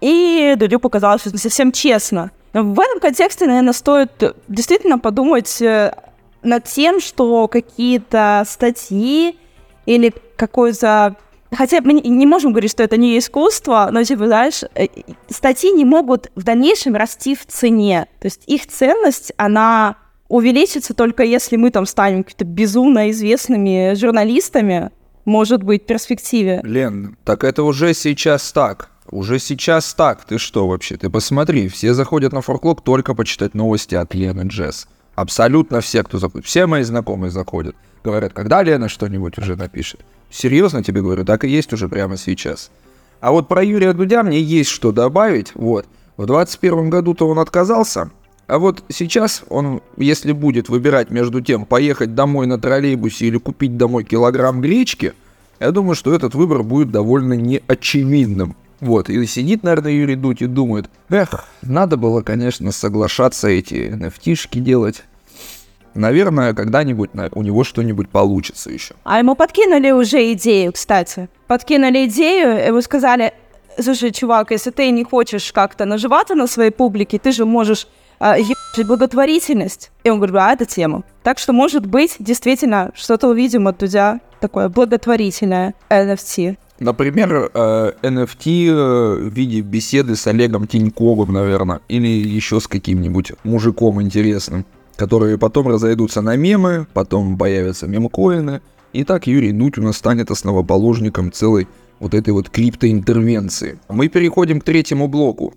и Дудю показалось, что это не совсем честно. В этом контексте, наверное, стоит действительно подумать над тем, что какие-то статьи или какой-то... Хотя мы не можем говорить, что это не искусство, но, типа, знаешь, статьи не могут в дальнейшем расти в цене. То есть их ценность, она увеличится только если мы там станем какими-то безумно известными журналистами, может быть, в перспективе. Лен, так это уже сейчас так. Уже сейчас так. Ты что вообще? Ты посмотри, все заходят на форклог только почитать новости от Лены Джесс. Абсолютно все, кто заходит. Все мои знакомые заходят. Говорят, когда Лена что-нибудь уже напишет. Серьезно тебе говорю, так и есть уже прямо сейчас. А вот про Юрия Дудя мне есть что добавить. Вот. В двадцать первом году-то он отказался. А вот сейчас он, если будет выбирать между тем, поехать домой на троллейбусе или купить домой килограмм гречки, я думаю, что этот выбор будет довольно неочевидным. Вот, и сидит, наверное, Юрий Дудь и думает, эх, надо было, конечно, соглашаться эти эн эф ти-шки делать. Наверное, когда-нибудь у него что-нибудь получится еще. А ему подкинули уже идею, кстати. Подкинули идею, ему сказали: слушай, чувак, если ты не хочешь как-то наживаться на своей публике, ты же можешь э, ебать благотворительность. И он говорит: а, это тема. Так что, может быть, действительно, что-то увидим от Дудя такое благотворительное эн эф ти. Например, э, эн эф ти в виде беседы с Олегом Тиньковым, наверное, или еще с каким-нибудь мужиком интересным, которые потом разойдутся на мемы, потом появятся мемкоины, и так Юрий Дудь у нас станет основоположником целой вот этой вот криптоинтервенции. Мы переходим к третьему блоку.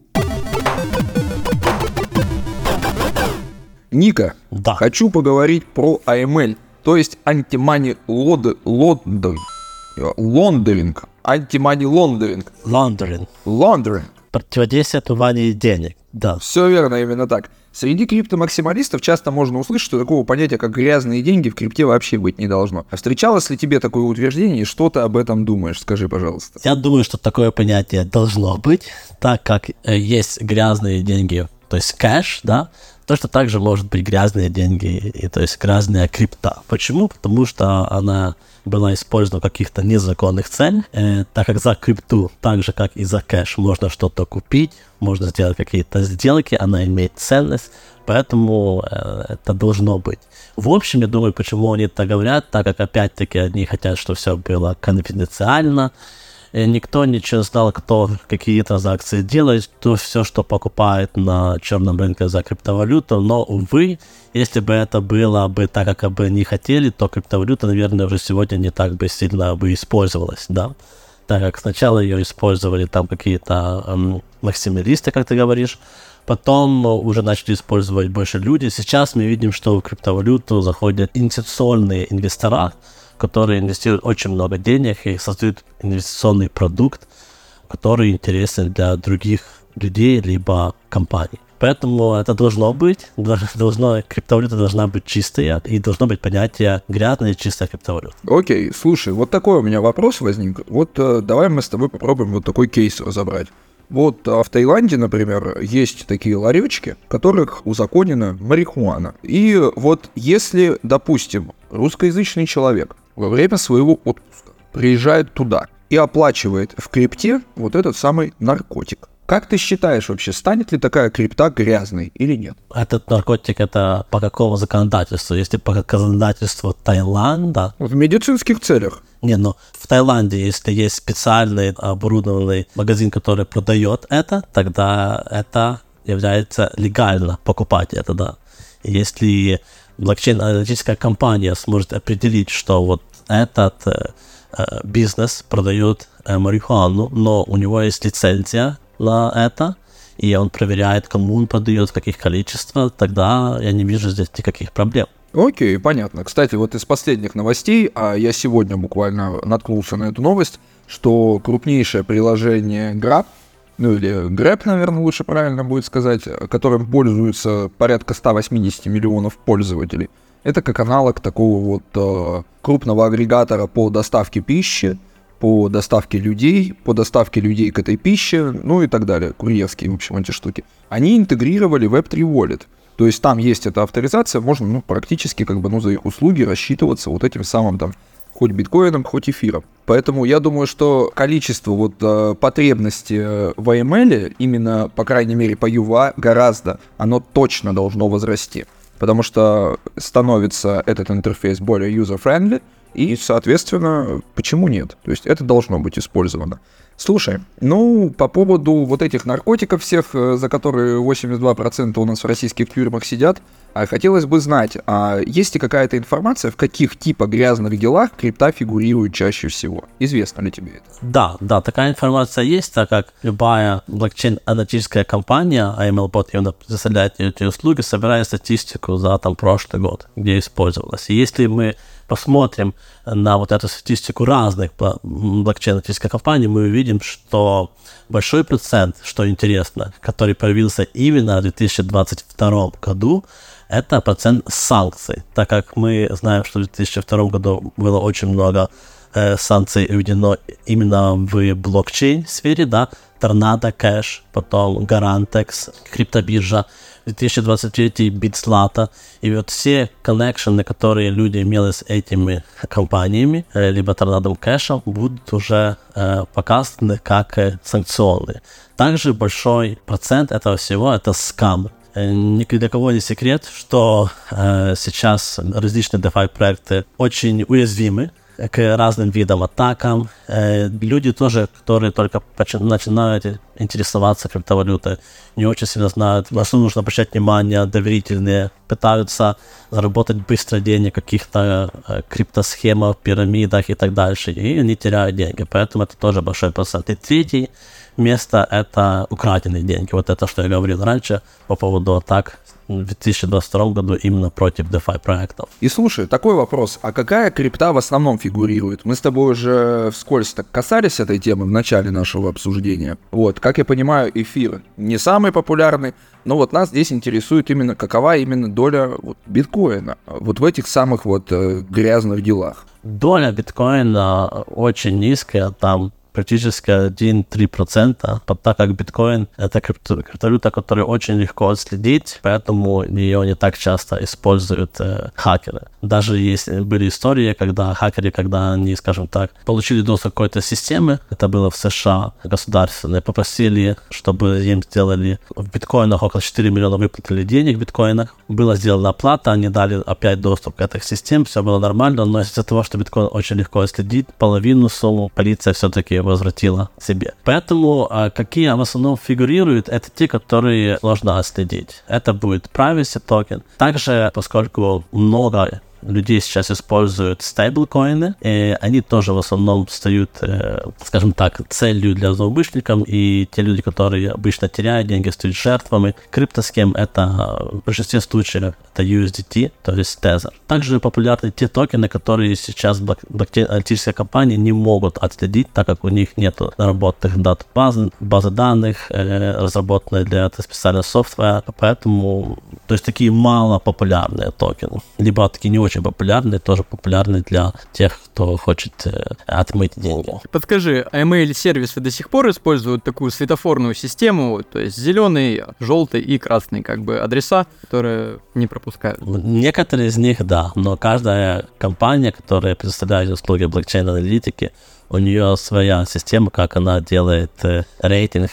Ника, Да. хочу поговорить про эй эм эл, то есть антимани лондеринг. Лондеринг. Антимани лондеринг. Laundering. Лондеринг. Противодействие отмыванию денег. Да. Все верно, именно так. Среди криптомаксималистов часто можно услышать, что такого понятия, как грязные деньги, в крипте вообще быть не должно. А встречалось ли тебе такое утверждение, и что ты об этом думаешь? Скажи, пожалуйста. Я думаю, что такое понятие должно быть, так как э, есть грязные деньги, то есть кэш, да, точно так же может быть грязные деньги, и, то есть грязная крипта. Почему? Потому что она была использована в каких-то незаконных целях, э, так как за крипту, так же как и за кэш, можно что-то купить, можно сделать какие-то сделки, она имеет ценность, поэтому э, это должно быть. В общем, я думаю, почему они это говорят, так как опять-таки они хотят, чтобы все было конфиденциально, и никто ничего не знал, кто какие транзакции делает, кто все, что покупает на черном рынке за криптовалюту. Но, увы, если бы это было бы так, как бы не хотели, то криптовалюта, наверное, уже сегодня не так бы сильно бы использовалась, да. Так как сначала ее использовали там какие-то эм, максималисты, как ты говоришь, потом уже начали использовать больше люди. Сейчас мы видим, что в криптовалюту заходят инвестиционные инвестора, которые инвестируют очень много денег и создают инвестиционный продукт, который интересен для других людей либо компаний. Поэтому это должно быть, должно, криптовалюта должна быть чистая, и должно быть понятие грязная и чистая криптовалюта. Окей, слушай, вот такой у меня вопрос возник. Вот э, давай мы с тобой попробуем вот такой кейс разобрать. Вот а в Таиланде, например, есть такие ларечки, в которых узаконена марихуана. И вот если, допустим, русскоязычный человек во время своего отпуска приезжает туда и оплачивает в крипте вот этот самый наркотик, как ты считаешь вообще, станет ли такая крипта грязной или нет? Этот наркотик, это по какому законодательству? Если по законодательству Таиланда... В медицинских целях. Не, ну в Таиланде, если есть специальный оборудованный магазин, который продает это, тогда это является легально покупать это, да. Если блокчейн-аналитическая компания сможет определить, что вот этот э, э, бизнес продает э, марихуану, но у него есть лицензия на это, и он проверяет, кому он продает, в каких количествах, тогда я не вижу здесь никаких проблем. Окей, понятно. Кстати, вот из последних новостей, а я сегодня буквально наткнулся на эту новость, что крупнейшее приложение Grab, ну или Grab, наверное, лучше правильно будет сказать, которым пользуются порядка сто восемьдесят миллионов пользователей, это как аналог такого вот э, крупного агрегатора по доставке пищи, по доставке людей, по доставке людей к этой пище, ну и так далее, курьерские, в общем, эти штуки. Они интегрировали веб три Wallet. То есть там есть эта авторизация, можно ну, практически как бы ну, за их услуги рассчитываться вот этим самым там хоть биткоином, хоть эфиром. Поэтому я думаю, что количество вот э, потребностей в эй эм эл, именно, по крайней мере, по ю эй, гораздо, оно точно должно возрасти. Потому что становится этот интерфейс более user-friendly, и, соответственно, почему нет? То есть это должно быть использовано. Слушай, ну, по поводу вот этих наркотиков всех, за которые восемьдесят два процента у нас в российских тюрьмах сидят, хотелось бы знать, а есть ли какая-то информация, в каких типа грязных делах крипта фигурирует чаще всего? Известно ли тебе это? Да, да, такая информация есть, так как любая блокчейн-аналитическая компания, эй эм эл-бот именно предоставляет эти услуги, собирает статистику за там прошлый год, где использовалась. И если мы посмотрим на вот эту статистику разных блокчейн-аналитических компаний, мы увидим, что большой процент, что интересно, который появился именно в две тысячи двадцать втором году, это процент санкций, так как мы знаем, что в две тысячи втором году было очень много э, санкций введено именно в блокчейн-сфере, да, Tornado Cash, потом Garantex, криптобиржа, две тысячи двадцать третий BitSlata. И вот все коннекшены, которые люди имели с этими компаниями, э, либо Tornado Cash, будут уже э, показаны как э, санкционные. Также большой процент этого всего — это скам. Ни для кого не секрет, что э, сейчас различные DeFi проекты очень уязвимы к разным видам атакам. Э, люди тоже, которые только поч- начинают интересоваться криптовалютой, не очень сильно знают, на что нужно обращать внимание, доверительные, пытаются заработать быстро денег в каких-то э, криптосхемах, пирамидах и так дальше, и они теряют деньги, поэтому это тоже большой процент. И третий место — это украденные деньги. Вот это, что я говорил раньше по поводу атак в две тысячи двадцать втором году именно против DeFi проектов. И слушай, такой вопрос. А какая крипта в основном фигурирует? Мы с тобой уже вскользь так касались этой темы в начале нашего обсуждения. Вот, как я понимаю, эфир не самый популярный, но вот нас здесь интересует именно, какова именно доля вот, биткоина вот в этих самых вот э, грязных делах. Доля биткоина очень низкая, там практически один-три процента, так как биткоин — это крипто- криптовалюта, которую очень легко отследить, поэтому ее не так часто используют э, хакеры. Даже есть были истории, когда хакеры, когда они, скажем так, получили доступ к какой-то системе, это было в США, государственные, попросили, чтобы им сделали в биткоинах около четыре миллиона выплатили денег в биткоинах, была сделана оплата, они дали опять доступ к этой системе, все было нормально, но из-за того, что биткоин очень легко отследить, половину сумму полиция все-таки возвратила себе. Поэтому а, какие в основном фигурируют, это те, которые сложно отследить. Это будет privacy токен. Также, поскольку много людей сейчас используют стейблкоины, и они тоже в основном стают, э, скажем так, целью для злоумышленников, и те люди, которые обычно теряют деньги, стают жертвами. Криптосхем — это в большинстве случаев это ю эс ди ти, то есть Tether. Также популярны те токены, которые сейчас блок- блокчейн-аналитические компании не могут отследить, так как у них нет наработанных дат базы, базы данных, э, разработанные для этого специального софтвера, поэтому, то есть такие малопопулярные токены, либо такие не очень очень популярны, тоже популярны для тех, кто хочет э, отмыть деньги. Подскажи, а эм эйл-сервисы до сих пор используют такую светофорную систему, то есть зеленый, желтый и красный, как бы адреса, которые не пропускают? Некоторые из них, да, но каждая компания, которая предоставляет услуги блокчейн-аналитики, у нее своя система, как она делает э, рейтинг,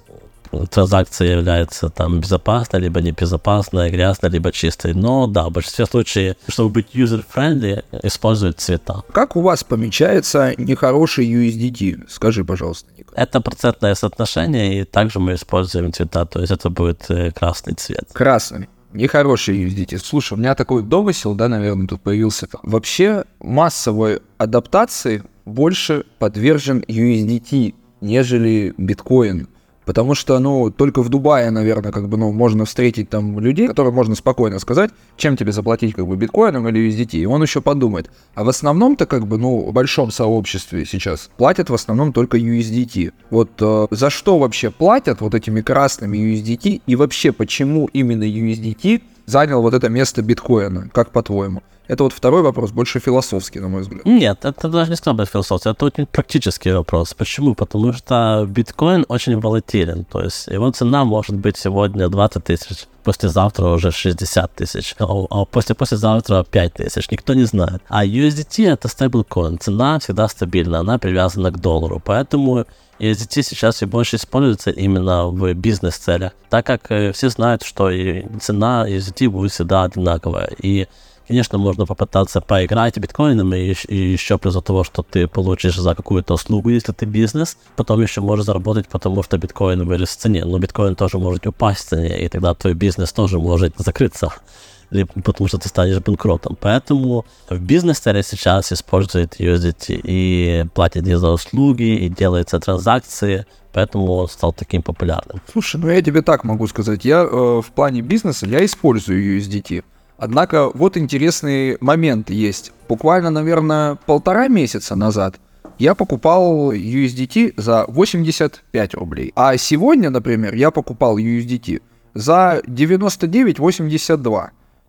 транзакция является там безопасной, либо небезопасной, грязной, либо чистой. Но да, в большинстве случаев, чтобы быть user-friendly, используют цвета. Как у вас помечается нехороший ю эс ди ти? Скажи, пожалуйста, Ник. Это процентное соотношение, и также мы используем цвета, то есть это будет э, красный цвет. Красный. Нехороший ю эс ди ти. Слушай, у меня такой домысел, да, наверное, тут появился. Вообще массовой адаптации больше подвержен ю эс ди ти, нежели биткоин. Потому что, ну, только в Дубае, наверное, как бы, ну, можно встретить там людей, которым можно спокойно сказать, чем тебе заплатить, как бы, биткоином или ю эс ди ти. И он еще подумает. А в основном-то, как бы, ну, в большом сообществе сейчас платят в основном только ю эс ди ти. Вот э, за что вообще платят вот этими красными ю эс ди ти? И вообще, почему именно ю эс ди ти занял вот это место биткоина? Как по-твоему? Это вот второй вопрос, больше философский, на мой взгляд. Нет, это даже не сказал бы философский, это очень практический вопрос. Почему? Потому что биткоин очень волатилен, то есть его цена может быть сегодня двадцать тысяч, послезавтра уже шестьдесят тысяч, а после послезавтра пять тысяч, никто не знает. А ю эс ди ти это стейблкоин, цена всегда стабильна, она привязана к доллару, поэтому ю эс ди ти сейчас все больше используется именно в бизнес-целях, так как э, все знают, что и цена ю эс ди ти будет всегда одинаковая. И конечно, можно попытаться поиграть биткоинами, и, и еще плюс от того, что ты получишь за какую-то услугу, если ты бизнес, потом еще можешь заработать, потому что биткоин вырос в цене. Но биткоин тоже может упасть в цене, и тогда твой бизнес тоже может закрыться, потому что ты станешь банкротом. Поэтому в бизнес-сфере сейчас используют ю эс ди ти и платят и за услуги, и делаются транзакции, поэтому он стал таким популярным. Слушай, ну я тебе так могу сказать, я э, в плане бизнеса, я использую ю эс ди ти. Однако вот интересный момент есть. Буквально, наверное, полтора месяца назад я покупал ю эс ди ти за восемьдесят пять рублей. А сегодня, например, я покупал ю эс ди ти за девяносто девять восемьдесят два.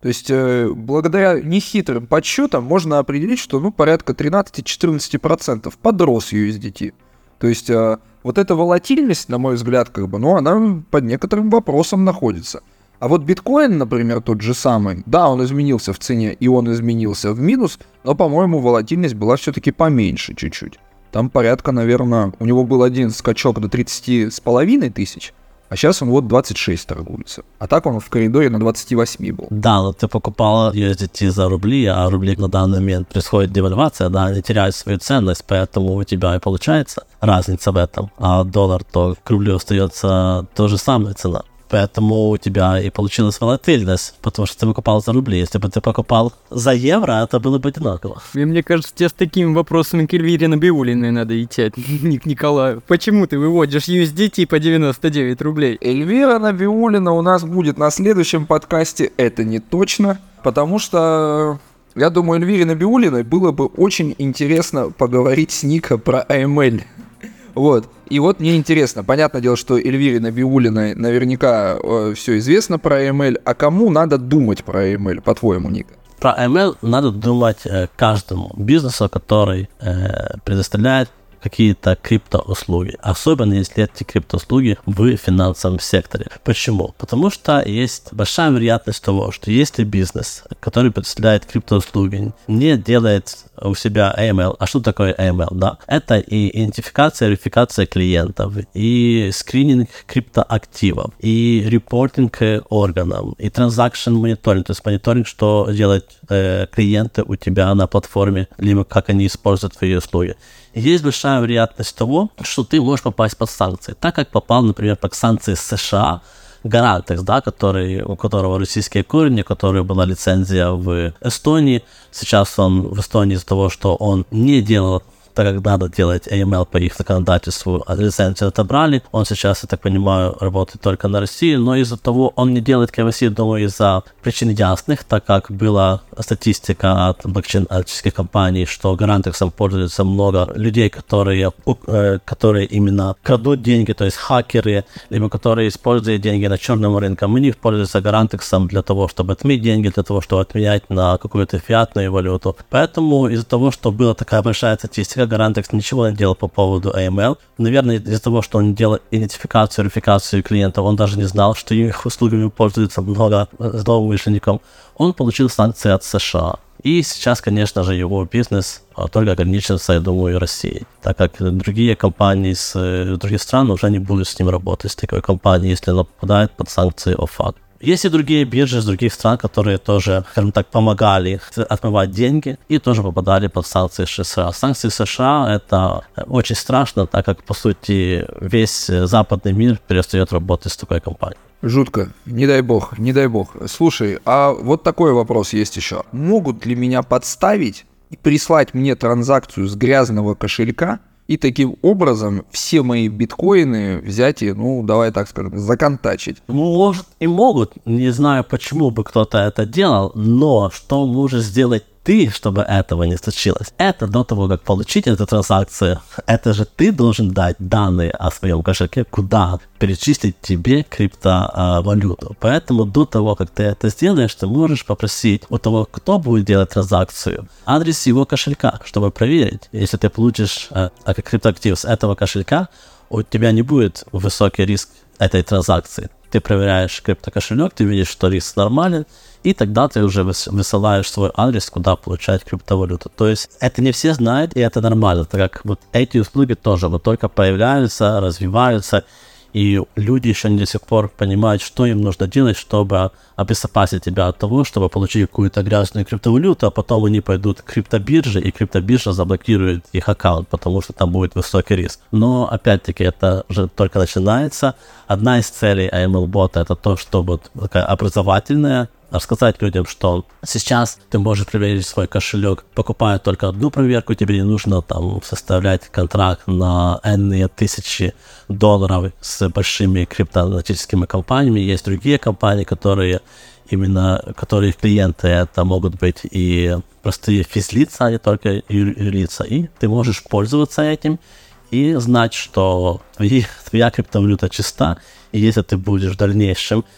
То есть э, благодаря нехитрым подсчетам можно определить, что ну, порядка тринадцать-четырнадцать процентов подрос ю эс ди ти. То есть э, вот эта волатильность, на мой взгляд, как бы, ну, она под некоторым вопросом находится. А вот биткоин, например, тот же самый, да, он изменился в цене и он изменился в минус, но, по-моему, волатильность была все-таки поменьше чуть-чуть. Там порядка, наверное, у него был один скачок до тридцать с половиной тысяч, а сейчас он вот двадцать шесть торгуется. А так он в коридоре на двадцать восемь был. Да, но ты покупал ю эс ди ти за рубли, а рубли на данный момент происходит девальвация, да, они теряют свою ценность, поэтому у тебя и получается разница в этом. А доллар, то к рублю остается та же самая цена. Поэтому у тебя и получилась волатильность, потому что ты покупал за рубли. Если бы ты покупал за евро, это было бы одинаково. И мне кажется, тебе с такими вопросами к Эльвире Набиуллиной надо идти, а не к Николаю. Почему ты выводишь ю эс ди ти по девяносто девять рублей? Эльвира Набиуллина у нас будет на следующем подкасте, это не точно, потому что... Я думаю, Эльвире Набиуллиной было бы очень интересно поговорить с Ника про эй эм эл. Вот. И вот мне интересно, понятное дело, что Эльвире Набиуллиной наверняка э, все известно про эй эм эл, а кому надо думать про эй эм эл, по-твоему, Ника? Про эй эм эл надо думать э, каждому бизнесу, который э, предоставляет какие-то криптоуслуги, особенно если эти криптоуслуги в финансовом секторе. Почему? Потому что есть большая вероятность того, что если бизнес, который предоставляет криптоуслуги, не делает у себя эй эм эл, а что такое эй эм эл, да? Это и идентификация, верификация клиентов, и скрининг криптоактивов, и репортинг органам, и транзакшн мониторинг, то есть мониторинг, что делают э, клиенты у тебя на платформе, либо как они используют твои услуги. Есть большая вероятность того, что ты можешь попасть под санкции, так как попал, например, под санкции США, Garantix, да, который, у которого российские корни, у которого была лицензия в Эстонии. Сейчас он в Эстонии из-за того, что он не делал так как надо делать эй эм эл по их законодательству, а лицензию отобрали. Он сейчас, я так понимаю, работает только на России, но из-за того, он не делает кей вай си, думаю, из-за причин ясных, так как была статистика от блокчейн-аналитических компаний, что Garantix пользуется много людей, которые, э, которые именно крадут деньги, то есть хакеры, либо которые используют деньги на черном рынке. У них пользуются Garantix для того, чтобы отменить деньги, для того, чтобы отменять на какую-то фиатную валюту. Поэтому из-за того, что была такая большая статистика, Garantix ничего не делал по поводу эй эм эл. Наверное, из-за того, что он делал идентификацию, верификацию клиентов, он даже не знал, что их услугами пользуется много злоумышленников. Он получил санкции от США. И сейчас, конечно же, его бизнес только ограничится, я думаю, Россией, так как другие компании с других стран уже не будут с ним работать, с такой компанией, если она попадает под санкции ОФАК. Есть и другие биржи из других стран, которые тоже, скажем так, помогали отмывать деньги и тоже попадали под санкции США. Санкции США — это очень страшно, так как, по сути, весь западный мир перестает работать с такой компанией. Жутко. Не дай бог, не дай бог. Слушай, а вот такой вопрос есть еще. Могут ли меня подставить и прислать мне транзакцию с грязного кошелька, и таким образом все мои биткоины взять и, ну, давай так скажем, законтачить? Может и могут. Не знаю, почему бы кто-то это делал, но что можешь сделать ты, чтобы этого не случилось? Это до того, как получить эту транзакцию, это же ты должен дать данные о своем кошельке, куда перечислить тебе криптовалюту. Поэтому до того, как ты это сделаешь, ты можешь попросить у того, кто будет делать транзакцию, адрес его кошелька, чтобы проверить. Если ты получишь э, криптоактив с этого кошелька, у тебя не будет высокий риск этой транзакции. Ты проверяешь криптокошелек, ты видишь, что риск нормален, и тогда ты уже высылаешь свой адрес, куда получать криптовалюту. То есть это не все знают, и это нормально, так как вот эти услуги тоже вот только появляются, развиваются, и люди еще не до сих пор понимают, что им нужно делать, чтобы обезопасить тебя от того, чтобы получить какую-то грязную криптовалюту, а потом они пойдут к криптобирже, и криптобиржа заблокирует их аккаунт, потому что там будет высокий риск. Но, опять-таки, это уже только начинается. Одна из целей эй эм эл-бота — это то, что вот такая образовательная, рассказать людям, что сейчас ты можешь проверить свой кошелек, покупая только одну проверку, тебе не нужно там составлять контракт на энные тысячи долларов с большими криптоаналитическими компаниями. Есть другие компании, которые именно, которые клиенты, это могут быть и простые физлица, а не только юрлица, и ты можешь пользоваться этим и знать, что твоя криптовалюта чиста, и если ты будешь в дальнейшем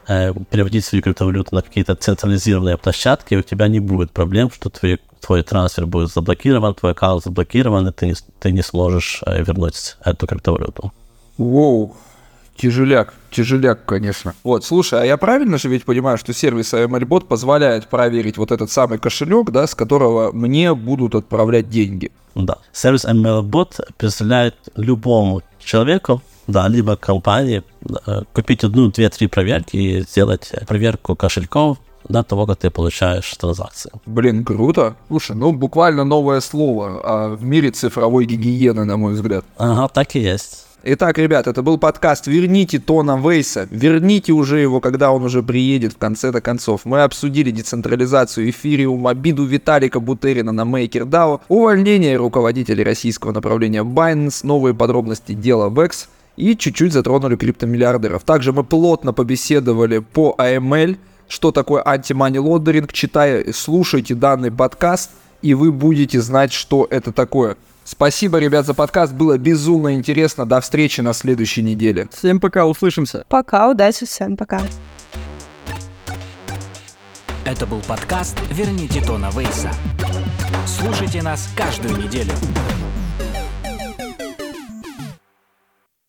э, переводить свою криптовалюту на какие-то централизированные площадки, и у тебя не будет проблем, что твой, твой трансфер будет заблокирован, твой аккаунт заблокирован, и ты не, ты не сможешь э, вернуть эту криптовалюту. Воу. Тяжеляк, тяжеляк, конечно. Вот, слушай, а я правильно же ведь понимаю, что сервис эй эм эл-бот позволяет проверить вот этот самый кошелек, да, с которого мне будут отправлять деньги? Да. Сервис эм эл-бот предоставляет любому человеку, да, либо компании, купить одну, две, три проверки и сделать проверку кошельков до того, как ты получаешь транзакции. Блин, круто. Слушай, ну буквально новое слово а в мире цифровой гигиены, на мой взгляд. Ага, так и есть. Итак, ребят, это был подкаст «Верните Тона Вейса». Верните уже его, когда он уже приедет в конце-то концов. Мы обсудили децентрализацию эфириум, обиду Виталика Бутерина на MakerDAO, увольнение руководителей российского направления Binance, новые подробности дела векс и чуть-чуть затронули криптомиллиардеров. Также мы плотно побеседовали по эй эм эл, что такое анти-мани лондеринг. Читая, слушайте данный подкаст, и вы будете знать, что это такое. Спасибо, ребят, за подкаст. Было безумно интересно. До встречи на следующей неделе. Всем пока, услышимся. Пока, удачи всем, пока. Это был подкаст «Верните Тона Вейса». Слушайте нас каждую неделю.